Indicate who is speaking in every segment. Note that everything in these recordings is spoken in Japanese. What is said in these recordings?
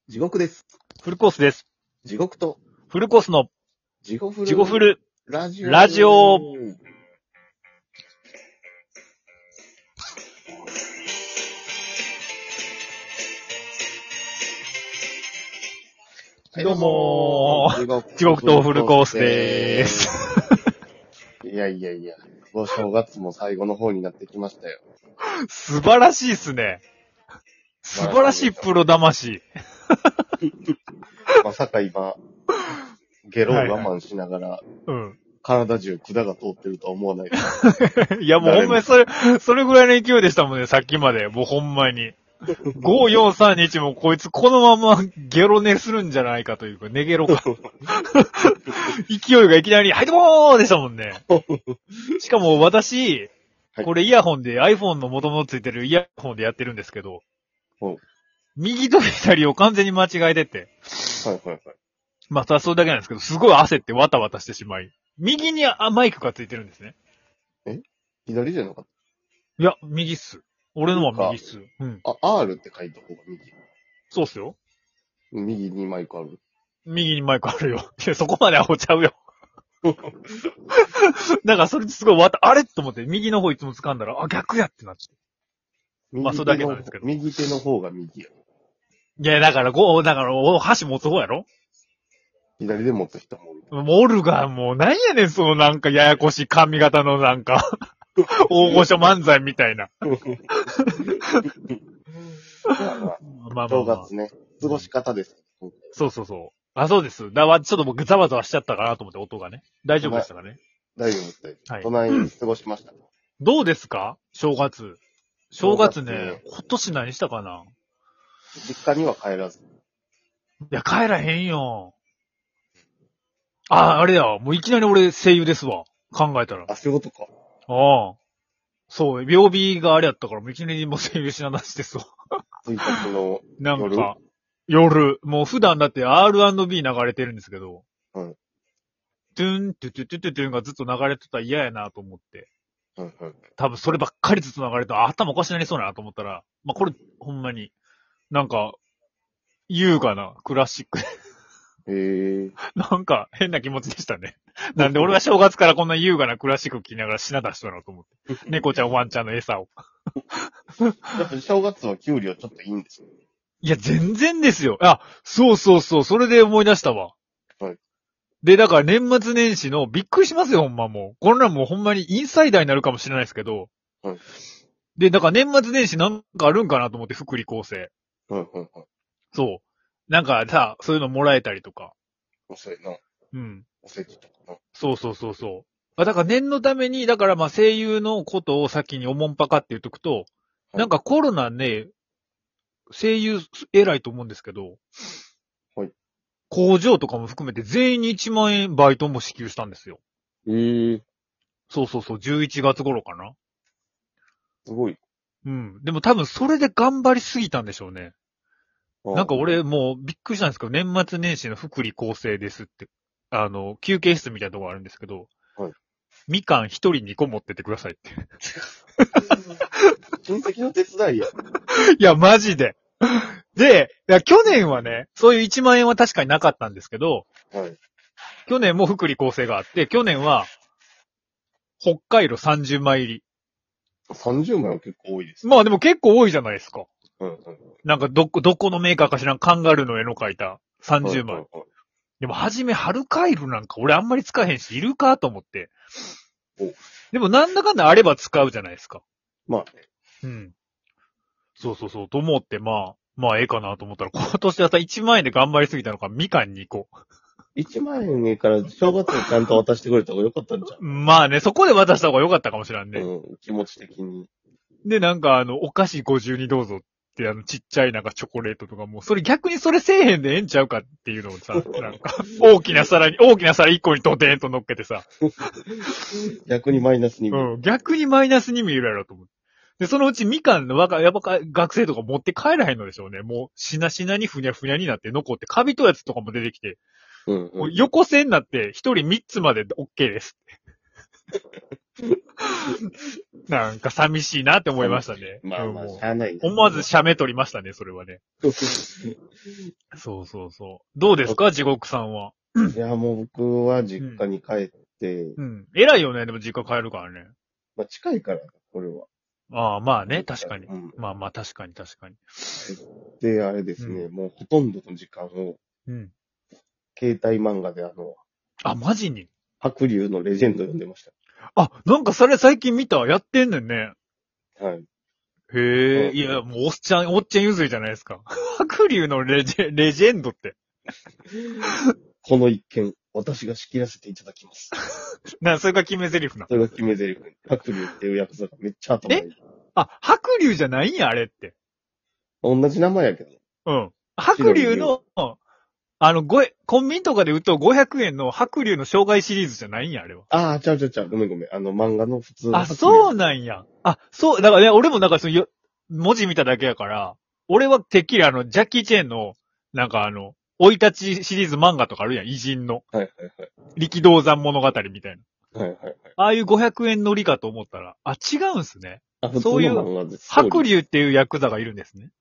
Speaker 1: 地獄です。
Speaker 2: フルコースです。
Speaker 1: 地獄と
Speaker 2: フルコースの
Speaker 1: 地獄
Speaker 2: 地獄フル
Speaker 1: ラジオ。
Speaker 2: ラジオ。どうもー。地獄とフルコースでーす。
Speaker 1: いや、お正月も最後の方になってきましたよ。
Speaker 2: 素晴らしいっすね。素晴らしいプロ魂。
Speaker 1: まさか今、ゲロを我慢しながら、
Speaker 2: うん。
Speaker 1: 体中管が通ってるとは思わない。
Speaker 2: いやもうほんまにそれぐらいの勢いでしたもんね、さっきまで。もうほんまに。5、4、3、2、1もこいつこのままゲロ寝するんじゃないかというか、寝ゲロか。勢いがいきなり、はいどうもーでしたもんね。しかも私、
Speaker 1: はい
Speaker 2: これイヤホンで iPhone の元々ついてるイヤホンでやってるんですけど
Speaker 1: うん、
Speaker 2: 右と左を完全に間違えてて。
Speaker 1: はい。
Speaker 2: まあ、ただそれだけなんですけど、すごい焦ってわたわたしてしまい。右にマイクがついてるんですね。
Speaker 1: 左じゃなかっ
Speaker 2: いや、右っす。俺のは右っす。うん。
Speaker 1: た。あ、R って書いた方が
Speaker 2: そうっすよ。
Speaker 1: 右にマイクある。
Speaker 2: 右にマイクあるよ。いや、そこまでアホちゃうよ。だからそれですごいあれと思って、右の方いつも掴んだら、あ、逆やってなって。まあそれだけなんですけど
Speaker 1: 右手の方が右や。
Speaker 2: いや、だから箸持つ方やろ
Speaker 1: 左で持つ人もおる。
Speaker 2: もうおるが、もう、なんやねん、そのなんかややこしい髪型のなんか、大御所漫才みたいな。まあ
Speaker 1: 正月ね、過ごし方です。
Speaker 2: そうそうそう。あ、そうです。ちょっと僕ざわざわしちゃったかなと思って音がね。大丈夫でしたかね。
Speaker 1: 大丈夫です。
Speaker 2: はい
Speaker 1: どない過ごしました。
Speaker 2: どうですか正月。正月ね
Speaker 1: 正月、
Speaker 2: 今年何したかな
Speaker 1: 実家には帰らず。
Speaker 2: いや、帰らへんよ。あれや。もういきなり俺声優ですわ。考えたら。
Speaker 1: あ、そういうことか。
Speaker 2: ああ。そう、病気があれやったから、もういきなりもう声優しなしですわ。
Speaker 1: 1日の
Speaker 2: なんか、夜、もう普段だって R&B 流れてるんですけど、
Speaker 1: うん
Speaker 2: トゥン、トゥトゥトゥトゥトゥンがずっと流れてたら嫌やなと思って。
Speaker 1: うん。
Speaker 2: 多分そればっかりずっと流れて頭おかしなりそうだなと思ったら、まあ、これ、ほんまに、なんか、優雅なクラシック。
Speaker 1: へえ。
Speaker 2: なんか変な気持ちでしたね。なんで俺は正月からこんな優雅なクラシック聴きながら品出したのと思って。猫ちゃんワンちゃんの餌を。
Speaker 1: やっぱ正月は給料ちょっといいんですよ。
Speaker 2: いや、全然ですよ。あ、そうそうそう、それで思い出したわ。
Speaker 1: はい。
Speaker 2: で、だから年末年始の、びっくりしますよ、ほんまもう。こんなんもうほんまにインサイダーになるかもしれないですけど。
Speaker 1: はい。
Speaker 2: で、だから年末年始なんかあるんかなと思って、福利厚生。
Speaker 1: はい。
Speaker 2: そう。なんかさ、そういうのもらえたりとか。
Speaker 1: そうやな。
Speaker 2: うん。
Speaker 1: おせちとかな。
Speaker 2: そう。だから念のために、だからまあ声優のことを先におもんぱかって言っとくと、
Speaker 1: い
Speaker 2: なんかコロナね、声優偉いと思うんですけど、
Speaker 1: はい。
Speaker 2: 工場とかも含めて全員に1万円バイトも支給したんですよ。
Speaker 1: へえ。
Speaker 2: そう、11月頃かな。
Speaker 1: すごい。
Speaker 2: うん。でも多分それで頑張りすぎたんでしょうね。なんか俺もうびっくりしたんですけど、年末年始の福利厚生ですって、休憩室みたいなところあるんですけど、
Speaker 1: はい。
Speaker 2: みかん一人2個持ってってくださいって。
Speaker 1: 親戚の手伝いや。
Speaker 2: いや、マジで。で、いや去年はね、そういう1万円は確かになかったんですけど、
Speaker 1: はい。
Speaker 2: 去年も福利厚生があって、去年は、北海道30枚入り。
Speaker 1: 30枚は結構多いです。
Speaker 2: まあでも結構多いじゃないですか。
Speaker 1: うん。
Speaker 2: なんかどこのメーカーか知らんカンガルーの絵の描いた30枚。
Speaker 1: はい。
Speaker 2: でもはじめハルカイルなんか俺あんまり使えへんし、いるかと思って。
Speaker 1: お
Speaker 2: でもなんだかんだあれば使うじゃないですか。
Speaker 1: まあね。
Speaker 2: うん。そう、と思って、まあええかなと思ったら、今年はさ1万円で頑張りすぎたのか、みかん2個。
Speaker 1: 1万円から正月にちゃんと渡してくれた方がよかったんじゃん。
Speaker 2: まあね、そこで渡した方が良かったかもしれんね。
Speaker 1: うん。気持ち的に。
Speaker 2: で、なんかお菓子52どうぞってちっちゃいなんかチョコレートとかも、それ逆にそれせえへんでええんちゃうかっていうのをさ、なんか、大きな皿1個にドデーンと乗っけてさ、
Speaker 1: 逆にマイナスに見る。
Speaker 2: うん、逆にマイナスに見えるやろと思って。で、そのうちみかんのやっぱ学生とか持って帰らへんのでしょうね。もう、しなしなにふにゃふにゃになって残って、カビとやつとかも出てきて、
Speaker 1: うん。
Speaker 2: もう横線になって、一人3つまで OK です。 なんか寂しいなって思いましたね。
Speaker 1: まあまあ、
Speaker 2: もう
Speaker 1: しゃあないね。
Speaker 2: 思わず写メ撮りましたね、それはね。そうそうそう。どうですか、地獄さんは。
Speaker 1: いや、もう僕は実家に帰って、
Speaker 2: うん。偉いよね、でも実家帰るからね。
Speaker 1: まあ近いから、これは。
Speaker 2: ああ、まあね、確かに。
Speaker 1: うん
Speaker 2: まあまあ、確かに確かに。
Speaker 1: で、あれですね、もうほとんどの時間を、
Speaker 2: うん。
Speaker 1: 携帯漫画で
Speaker 2: あ、マジに。
Speaker 1: 白龍のレジェンド読んでまし
Speaker 2: あ、なんかそれ最近見た。やってんねんね。
Speaker 1: た。はい。
Speaker 2: へえ、
Speaker 1: うん
Speaker 2: いや、もうおっちゃん譲りじゃないですか。白龍のレジェンドって。
Speaker 1: この一件、私が仕切らせていただきます。
Speaker 2: それが決め台詞な。
Speaker 1: それが決め台詞。白龍っていうヤクザがめっちゃ頭いい。
Speaker 2: あ、白龍じゃないんや、あれって。
Speaker 1: 同じ名前やけど。
Speaker 2: うん。白龍の、コンビニとかで売うと500円の白龍の生涯シリーズじゃないんや、あれは。
Speaker 1: ああ、ちゃう。ごめん。漫画の普通の
Speaker 2: あ、
Speaker 1: 白龍
Speaker 2: そうなんや。あ、そう、だからね、俺もなんか文字見ただけやから、俺はてっきりジャッキー・チェーンの、なんか生い立ちシリーズ漫画とかあるやん、偉人の。
Speaker 1: はい。
Speaker 2: 力道山物語みたいな。
Speaker 1: はい。
Speaker 2: ああいう500円乗りかと思ったら、あ、違うんすね。
Speaker 1: あ、普通
Speaker 2: そういう
Speaker 1: の漫画です。
Speaker 2: 白龍っていうヤクザがいるんですね。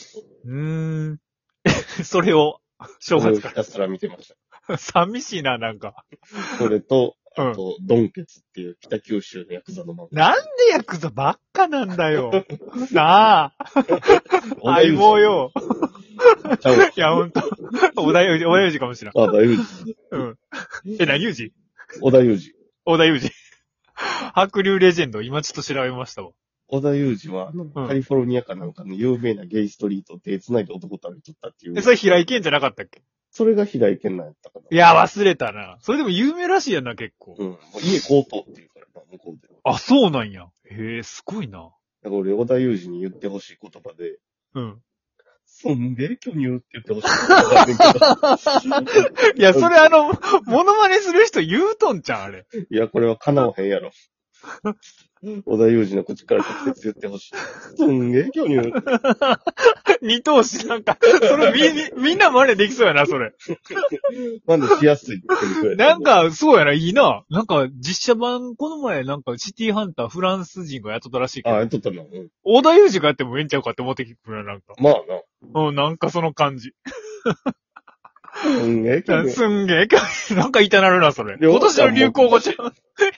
Speaker 2: それを、正月か
Speaker 1: ひたすら見てまし
Speaker 2: ら。寂しいな、なんか。
Speaker 1: た。それと、
Speaker 2: うん
Speaker 1: あと、ドンケツっていう北九州のヤクザの漫画。
Speaker 2: なんでヤクザばっかなんだよ。なあ。相棒よ。
Speaker 1: ちゃう。
Speaker 2: いや、ほんと。小田裕二かもしれん。
Speaker 1: あ、大裕
Speaker 2: うん。何裕二
Speaker 1: 小田裕二。
Speaker 2: 小田裕二。白龍レジェンド、今ちょっと調べましたわ。
Speaker 1: 小田裕二は、カリフォルニアかなんかの有名なゲイストリートを手繋いで男と歩いとったっていう。
Speaker 2: それ平井堅じゃなかったっけ？
Speaker 1: それが平井堅なんやったかな。
Speaker 2: いや、忘れたな。それでも有名らしいやんな、結構。
Speaker 1: うん。もう家高等っていうからな、向こうで。
Speaker 2: あ、そうなんや。へえ、すごいな。
Speaker 1: だから俺、小田裕二に言ってほしい言葉で、
Speaker 2: うん。
Speaker 1: すんげえ巨乳って言ってほしい言葉があるけど。
Speaker 2: いや、それモノマネする人言うとんちゃん、あれ。
Speaker 1: いや、これは叶わへんやろ。小田裕二の口から直接言ってほしい。すんげえ巨乳。
Speaker 2: 二頭身なんか、それみんな真似できそうやな、それ。
Speaker 1: なんでしやすいって言うくらい。
Speaker 2: なんか、そうやな、いいな。なんか、実写版、この前、なんか、シティハンター、フランス人がやっとったらしいけ
Speaker 1: あ、
Speaker 2: ど、
Speaker 1: やっとったな。うん。
Speaker 2: 小田裕二がやってもええんちゃうかって思ってきてくるな、なんか。
Speaker 1: まあな。
Speaker 2: うん、なんかその感じ。
Speaker 1: すんげえ巨乳。
Speaker 2: すんげえ、なんか言いたなるな、それ。
Speaker 1: 両方
Speaker 2: 今年の流行語ちゃう。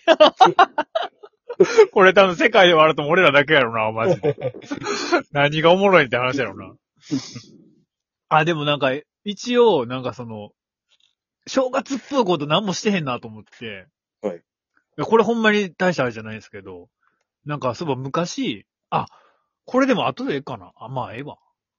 Speaker 2: これ多分世界ではあるとも俺らだけやろな、マジで。何がおもろいって話やろな。あ、でもなんか、一応、なんか正月っぽいこと何もしてへんなと思って。
Speaker 1: はい。
Speaker 2: いやこれほんまに大したあれじゃないですけど、なんか、そういえば昔、あ、これでも後でええかな。あ、まあええわ。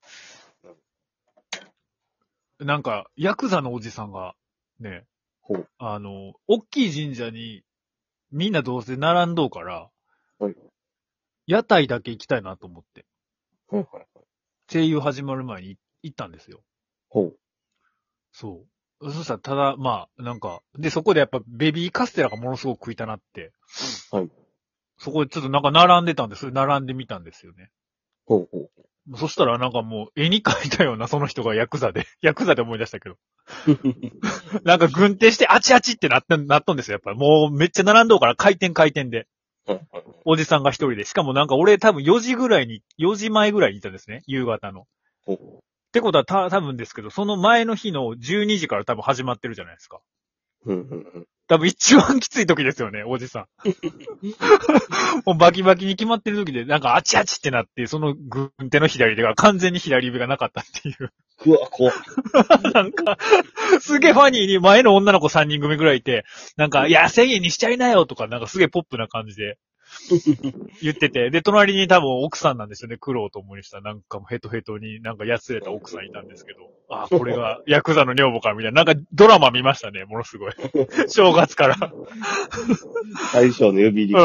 Speaker 2: なんか、ヤクザのおじさんが、ね、
Speaker 1: ほう。
Speaker 2: 大きい神社に、みんなどうせ並んどうから、
Speaker 1: はい。
Speaker 2: 屋台だけ行きたいなと思って、
Speaker 1: はい。
Speaker 2: 声優始まる前に行ったんですよ。
Speaker 1: ほう。
Speaker 2: そう。そしたら、ただ、まあ、なんか、で、そこでやっぱベビーカステラがものすごく食いたなって、
Speaker 1: はい。
Speaker 2: そこでちょっとなんか並んでたんで、それ並んでみたんですよね。
Speaker 1: ほう。
Speaker 2: そしたらなんかもう絵に描いたようなその人がヤクザで、ヤクザで思い出したけど。なんか軍手してあちあちってなっとんですよ。やっぱもうめっちゃ並んどうから回転で。おじさんが一人で。しかもなんか俺多分4時前ぐらいにいたんですね。夕方の。
Speaker 1: ほう。
Speaker 2: ってことは多分ですけど、その前の日の12時から多分始まってるじゃないですか。多分一番きつい時ですよね、おじさん。もうバキバキに決まってる時で、なんかあちあちってなって、その軍手の左手が完全に左指がなかったっていう。
Speaker 1: うわ、怖っ。
Speaker 2: なんか、すげえファニーに前の女の子3人組ぐらいいて、なんか、いや、1000円にしちゃいなよとか、なんかすげえポップな感じで言ってて、で、隣に多分奥さんなんですよね、苦労と思いした。なんかもうヘトヘトになんかやつれた奥さんいたんですけど、あ、これがヤクザの女房かみたいな、なんかドラマ見ましたね、ものすごい。正月から。
Speaker 1: 大将の指に。
Speaker 2: うん。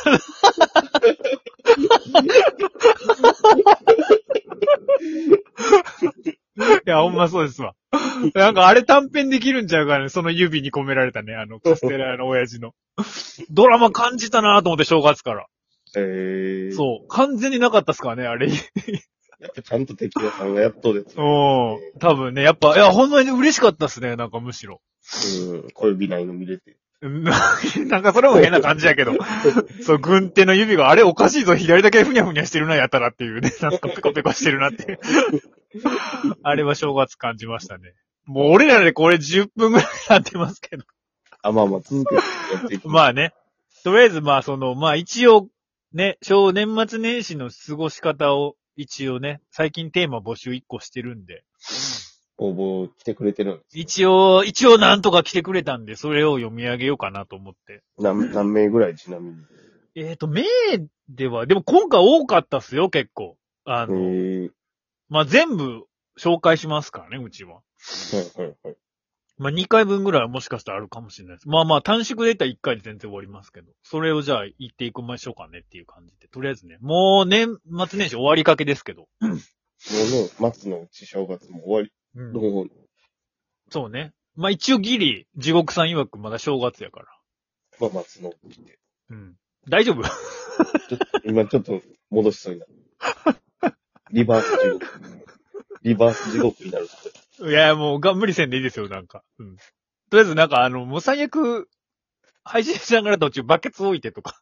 Speaker 2: いや、ほんまそうですわ。なんかあれ短編できるんちゃうかね、その指に込められたね、カステラの親父の。ドラマ感じたなと思って正月から。そう。完全になかったっすからね、あれ。
Speaker 1: やっぱちゃんと敵屋さんがやっとです。
Speaker 2: 多分ね、やっぱ、いや、ほんまに嬉しかったっすね、なんかむしろ。
Speaker 1: 小指ないの見れて。
Speaker 2: なんかそれも変な感じやけど。そう、軍手の指が、あれおかしいぞ、左だけふにゃふにゃしてるな、やったらっていうね。なんかペコペコしてるなっていう。あれは正月感じましたね。もう俺らでこれ10分ぐらいやってますけど。
Speaker 1: あ、まあまあ、続けてやっていく。
Speaker 2: まあね。とりあえずまあまあ一応、ね、年末年始の過ごし方を一応ね、最近テーマ募集1個してるんで。
Speaker 1: 応募来てくれてるんです。
Speaker 2: 一応なんとか来てくれたんで、それを読み上げようかなと思って。
Speaker 1: 何名ぐらいちなみに。
Speaker 2: 名では、でも今回多かったっすよ、結構。まあ、全部紹介しますからね、うちは。
Speaker 1: はいはいはい。
Speaker 2: まあ、2回分ぐらいはもしかしたらあるかもしれないです。まあまあ、短縮で言ったら1回で全然終わりますけど。それをじゃあ言っていきましょうかねっていう感じで。とりあえずね、もう年末年始終わりかけですけど。
Speaker 1: もうね、末のうち正月も終わり。
Speaker 2: うん。そうね。まあ一応ギリ、地獄さん曰くまだ正月やから。
Speaker 1: まあ末のうちで。
Speaker 2: うん。大丈夫
Speaker 1: 今ちょっと戻しそうになる。リバース地獄。リバース地獄になる。
Speaker 2: いや、もう無理せんでいいですよ、なんか。うん。とりあえずなんかもう最悪、配信しながら途中バケツ置いてとか。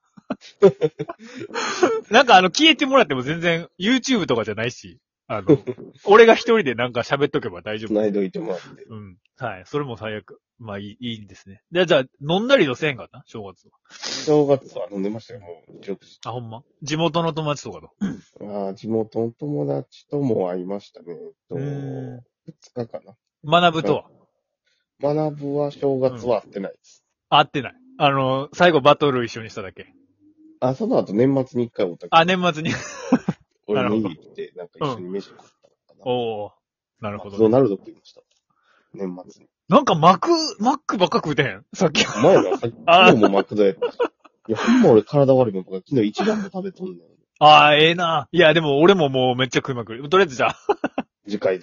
Speaker 2: なんか消えてもらっても全然 YouTube とかじゃないし。俺が一人でなんか喋っとけば大丈夫。
Speaker 1: 繋いどいてもらって。
Speaker 2: うん。はい。それも最悪。まあいいですね。で、じゃあ、飲んだりとせんかな正月は。
Speaker 1: 正月は飲んでましたよ、もう。
Speaker 2: あ、ほんま地元の友達とかと。
Speaker 1: 地元の友達とも会いましたね。2日かな。
Speaker 2: 学ぶとは
Speaker 1: 学ぶは正月は会ってないです。
Speaker 2: 会ってない。最後バトル一緒にしただけ。
Speaker 1: あ、その後年末に1回おったけど。
Speaker 2: あ、年末に。
Speaker 1: 俺の家来て、なんか一緒に飯食ったのかな。
Speaker 2: おー。なるほど、
Speaker 1: マクドナルド食いました。年末に。
Speaker 2: なんかマックばっか食うてへんさっき。
Speaker 1: お前ら、昨日もマクドやったし。いや、ほんま俺体悪いもんとか昨日一番も食べとんねん。
Speaker 2: ああ、ええな。いや、でも俺ももうめっちゃ食いまくる。とりあえずじゃあ。
Speaker 1: 次回